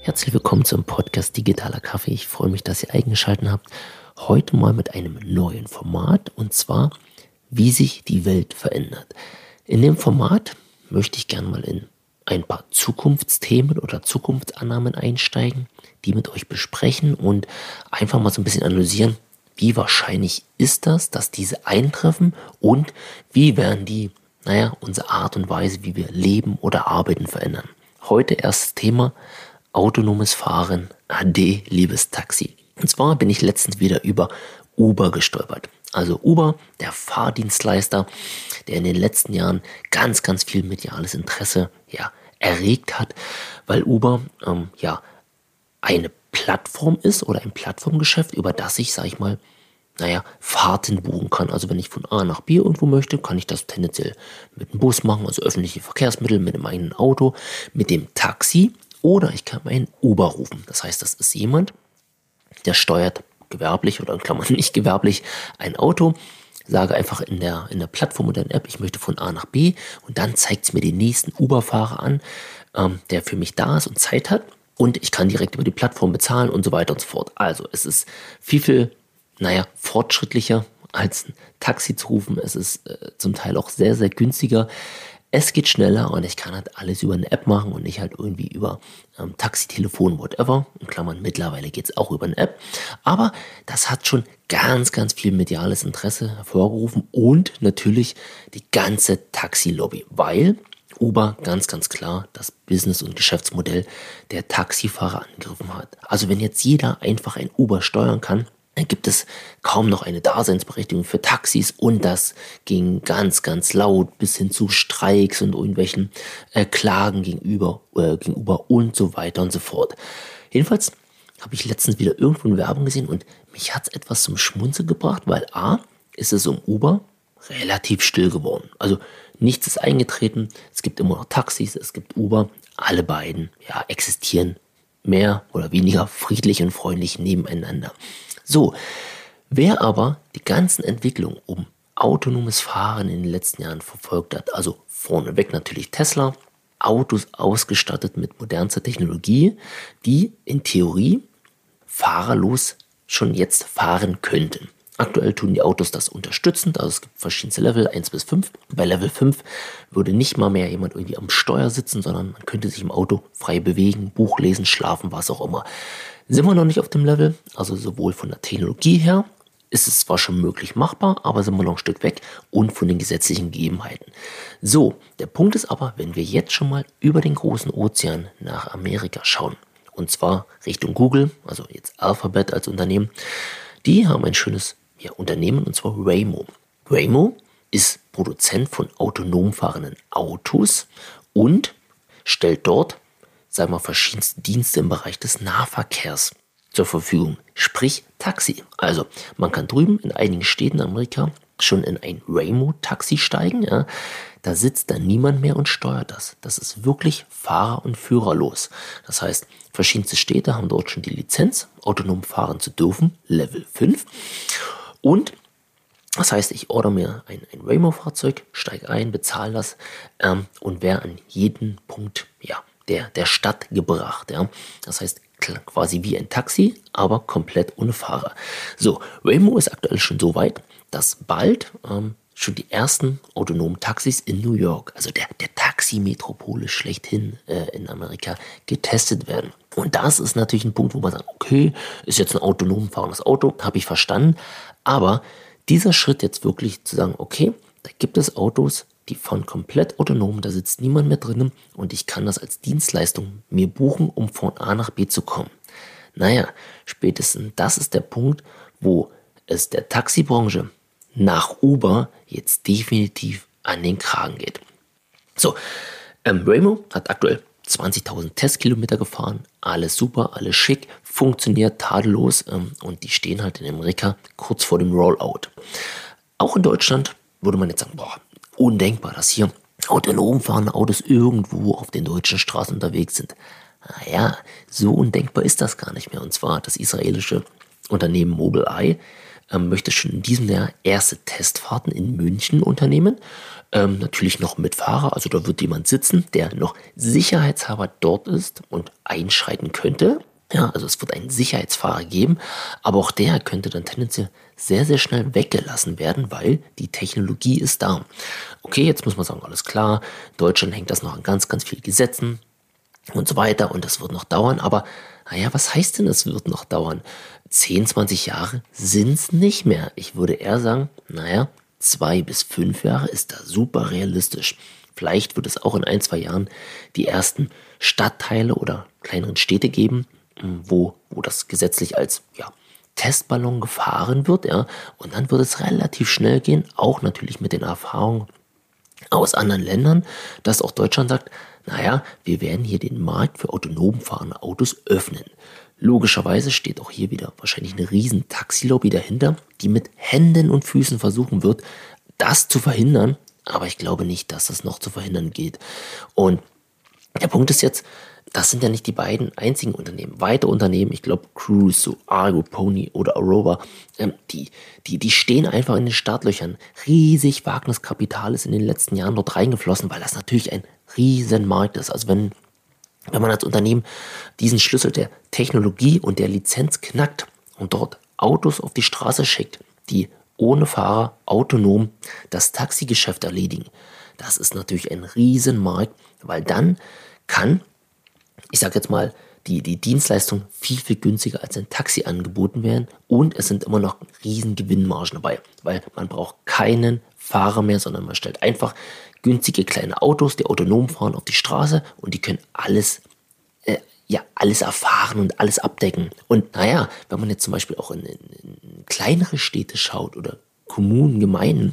Herzlich willkommen zum Podcast Digitaler Kaffee. Ich freue mich, dass ihr eingeschaltet habt. Heute mal mit einem neuen Format und zwar, wie sich die Welt verändert. In dem Format möchte ich gerne mal in ein paar Zukunftsthemen oder Zukunftsannahmen einsteigen, die mit euch besprechen und einfach mal so ein bisschen analysieren, wie wahrscheinlich ist das, dass diese eintreffen und wie werden die, unsere Art und Weise, wie wir leben oder arbeiten, verändern. Heute erstes Thema: autonomes Fahren, ade, liebes Taxi. Und zwar bin ich letztens wieder über Uber gestolpert. Also Uber, der Fahrdienstleister, der in den letzten Jahren ganz, ganz viel mediales Interesse erregt hat, weil Uber eine Plattform ist oder ein Plattformgeschäft, über das ich, Fahrten buchen kann. Also wenn ich von A nach B irgendwo möchte, kann ich das tendenziell mit dem Bus machen, also öffentliche Verkehrsmittel, mit dem eigenen Auto, mit dem Taxi. Oder ich kann meinen Uber rufen. Das heißt, das ist jemand, der steuert gewerblich oder in Klammern nicht gewerblich ein Auto. Sage einfach in der Plattform oder in der App, ich möchte von A nach B. Und dann zeigt es mir den nächsten Uber-Fahrer an, der für mich da ist und Zeit hat. Und ich kann direkt über die Plattform bezahlen und so weiter und so fort. Also es ist viel, fortschrittlicher als ein Taxi zu rufen. Es ist zum Teil auch sehr, sehr günstiger. Es geht schneller und ich kann halt alles über eine App machen und nicht halt irgendwie über Taxi, Telefon, whatever. In Klammern, mittlerweile geht es auch über eine App. Aber das hat schon ganz, ganz viel mediales Interesse hervorgerufen und natürlich die ganze Taxi-Lobby, weil Uber ganz, ganz klar das Business- und Geschäftsmodell der Taxifahrer angegriffen hat. Also wenn jetzt jeder einfach ein Uber steuern kann, dann gibt es kaum noch eine Daseinsberechtigung für Taxis und das ging ganz, ganz laut bis hin zu Streiks und irgendwelchen Klagen gegenüber und so weiter und so fort. Jedenfalls habe ich letztens wieder irgendwo eine Werbung gesehen und mich hat es etwas zum Schmunzeln gebracht, weil A, ist es um Uber relativ still geworden. Also nichts ist eingetreten, es gibt immer noch Taxis, es gibt Uber, alle beiden existieren mehr oder weniger friedlich und freundlich nebeneinander. So, wer aber die ganzen Entwicklungen um autonomes Fahren in den letzten Jahren verfolgt hat, also vorneweg natürlich Tesla, Autos ausgestattet mit modernster Technologie, die in Theorie fahrerlos schon jetzt fahren könnten. Aktuell tun die Autos das unterstützend, also es gibt verschiedenste Level, 1 bis 5. Bei Level 5 würde nicht mal mehr jemand irgendwie am Steuer sitzen, sondern man könnte sich im Auto frei bewegen, Buch lesen, schlafen, was auch immer. Sind wir noch nicht auf dem Level, also sowohl von der Technologie her ist es zwar schon möglich machbar, aber sind wir noch ein Stück weg und von den gesetzlichen Gegebenheiten. So, der Punkt ist aber, wenn wir jetzt schon mal über den großen Ozean nach Amerika schauen, und zwar Richtung Google, also jetzt Alphabet als Unternehmen, die haben ein schönes Unternehmen und zwar Waymo. Waymo ist Produzent von autonom fahrenden Autos und stellt dort, verschiedenste Dienste im Bereich des Nahverkehrs zur Verfügung, sprich Taxi. Also man kann drüben in einigen Städten in Amerika schon in ein Waymo-Taxi steigen. Ja. Da sitzt dann niemand mehr und steuert das. Das ist wirklich fahrer- und führerlos. Das heißt, verschiedenste Städte haben dort schon die Lizenz, autonom fahren zu dürfen, Level 5. Und das heißt, ich order mir ein Waymo-Fahrzeug, steige ein, bezahle das und wäre an jeden Punkt der Stadt gebracht. Ja. Das heißt, quasi wie ein Taxi, aber komplett ohne Fahrer. So, Waymo ist aktuell schon so weit, dass bald schon die ersten autonomen Taxis in New York, also der Taxi-Metropole schlechthin in Amerika, getestet werden. Und das ist natürlich ein Punkt, wo man sagt, okay, ist jetzt ein autonom fahrendes Auto, habe ich verstanden, aber dieser Schritt jetzt wirklich zu sagen, okay, da gibt es Autos, die fahren komplett autonom, da sitzt niemand mehr drin und ich kann das als Dienstleistung mir buchen, um von A nach B zu kommen. Spätestens das ist der Punkt, wo es der Taxibranche nach Uber jetzt definitiv an den Kragen geht. So, Waymo hat aktuell 20.000 Testkilometer gefahren, alles super, alles schick, funktioniert tadellos und die stehen halt in Amerika kurz vor dem Rollout. Auch in Deutschland würde man jetzt sagen, undenkbar, dass hier autonom fahrende Autos irgendwo auf den deutschen Straßen unterwegs sind. So undenkbar ist das gar nicht mehr. Und zwar das israelische Unternehmen Mobileye möchte schon in diesem Jahr erste Testfahrten in München unternehmen. Natürlich noch mit Fahrer, also da wird jemand sitzen, der noch sicherheitshalber dort ist und einschreiten könnte. Ja, also es wird einen Sicherheitsfahrer geben, aber auch der könnte dann tendenziell sehr, sehr schnell weggelassen werden, weil die Technologie ist da. Okay, jetzt muss man sagen, alles klar, in Deutschland hängt das noch an ganz, ganz vielen Gesetzen und so weiter und das wird noch dauern, aber naja, was heißt denn, es wird noch dauern? 10, 20 Jahre sind es nicht mehr. Ich würde eher sagen, naja, 2 bis 5 Jahre ist da super realistisch. Vielleicht wird es auch in 1, 2 Jahren die ersten Stadtteile oder kleineren Städte geben, wo das gesetzlich als Testballon gefahren wird. Ja, und dann wird es relativ schnell gehen, auch natürlich mit den Erfahrungen aus anderen Ländern, dass auch Deutschland sagt, naja, wir werden hier den Markt für autonom fahrende Autos öffnen. Logischerweise steht auch hier wieder wahrscheinlich eine riesen Taxilobby dahinter, die mit Händen und Füßen versuchen wird, das zu verhindern. Aber ich glaube nicht, dass das noch zu verhindern geht. Und der Punkt ist jetzt, das sind ja nicht die beiden einzigen Unternehmen. Weitere Unternehmen, ich glaube Cruise, so Argo, Pony oder Aurora, die stehen einfach in den Startlöchern. Riesig Wagniskapital ist in den letzten Jahren dort reingeflossen, weil das natürlich ein Riesenmarkt ist. Also wenn man als Unternehmen diesen Schlüssel der Technologie und der Lizenz knackt und dort Autos auf die Straße schickt, die ohne Fahrer autonom das Taxigeschäft erledigen, das ist natürlich ein Riesenmarkt, weil dann kann, ich sage jetzt mal, die Dienstleistung viel, viel günstiger als ein Taxi angeboten werden und es sind immer noch riesen Gewinnmargen dabei, weil man braucht keinen Fahrer mehr, sondern man stellt einfach günstige kleine Autos, die autonom fahren, auf die Straße und die können alles erfahren und alles abdecken. Und naja, wenn man jetzt zum Beispiel auch in kleinere Städte schaut oder Kommunen, Gemeinden,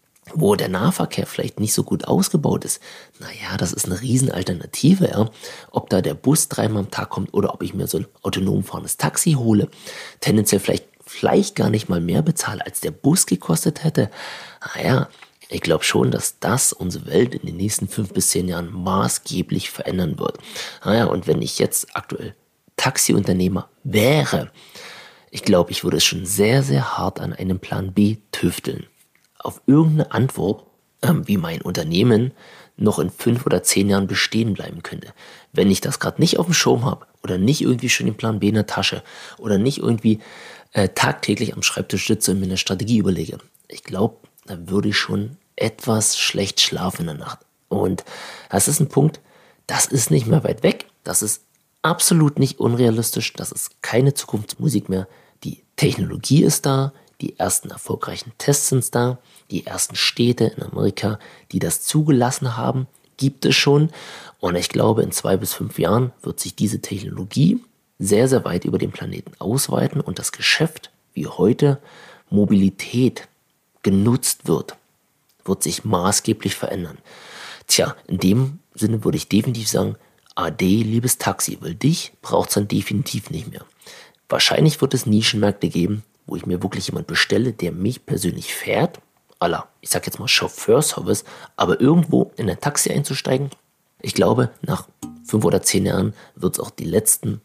wo der Nahverkehr vielleicht nicht so gut ausgebaut ist, naja, das ist eine Riesenalternative, ja. Ob da der Bus 3-mal am Tag kommt oder ob ich mir so ein autonom fahrendes Taxi hole, tendenziell vielleicht gar nicht mal mehr bezahle, als der Bus gekostet hätte. Naja, ich glaube schon, dass das unsere Welt in den nächsten 5 bis 10 Jahren maßgeblich verändern wird. Naja, und wenn ich jetzt aktuell Taxiunternehmer wäre, ich glaube, ich würde es schon sehr, sehr hart an einem Plan B tüfteln. Auf irgendeine Antwort, wie mein Unternehmen noch in 5 oder 10 Jahren bestehen bleiben könnte. Wenn ich das gerade nicht auf dem Schirm habe oder nicht irgendwie schon den Plan B in der Tasche oder nicht irgendwie tagtäglich am Schreibtisch sitze und mir eine Strategie überlege, ich glaube, da würde ich schon etwas schlecht schlafen in der Nacht. Und das ist ein Punkt, das ist nicht mehr weit weg, das ist absolut nicht unrealistisch, das ist keine Zukunftsmusik mehr. Die Technologie ist da, die ersten erfolgreichen Tests sind da, die ersten Städte in Amerika, die das zugelassen haben, gibt es schon. Und ich glaube, in 2 bis 5 Jahren wird sich diese Technologie sehr, sehr weit über den Planeten ausweiten und das Geschäft, wie heute Mobilität genutzt wird sich maßgeblich verändern. Tja, in dem Sinne würde ich definitiv sagen, Ade, liebes Taxi, weil dich braucht es dann definitiv nicht mehr. Wahrscheinlich wird es Nischenmärkte geben, wo ich mir wirklich jemand bestelle, der mich persönlich fährt, ich sag jetzt mal Chauffeurservice, aber irgendwo in ein Taxi einzusteigen, ich glaube, nach 5 oder 10 Jahren wird es auch die letzten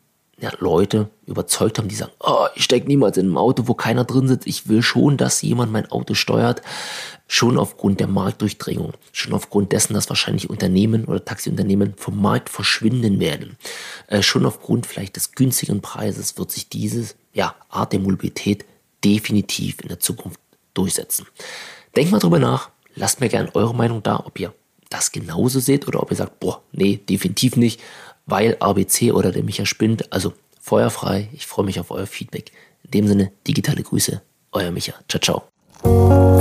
Leute überzeugt haben, die sagen, ich steige niemals in ein Auto, wo keiner drin sitzt. Ich will schon, dass jemand mein Auto steuert. Schon aufgrund der Marktdurchdringung, schon aufgrund dessen, dass wahrscheinlich Unternehmen oder Taxiunternehmen vom Markt verschwinden werden. Schon aufgrund vielleicht des günstigen Preises wird sich diese Art der Mobilität definitiv in der Zukunft durchsetzen. Denkt mal drüber nach, lasst mir gerne eure Meinung da, ob ihr das genauso seht oder ob ihr sagt, nee, definitiv nicht, weil ABC oder der Micha spinnt. Also feuerfrei, ich freue mich auf euer Feedback. In dem Sinne, digitale Grüße, euer Micha. Ciao, ciao.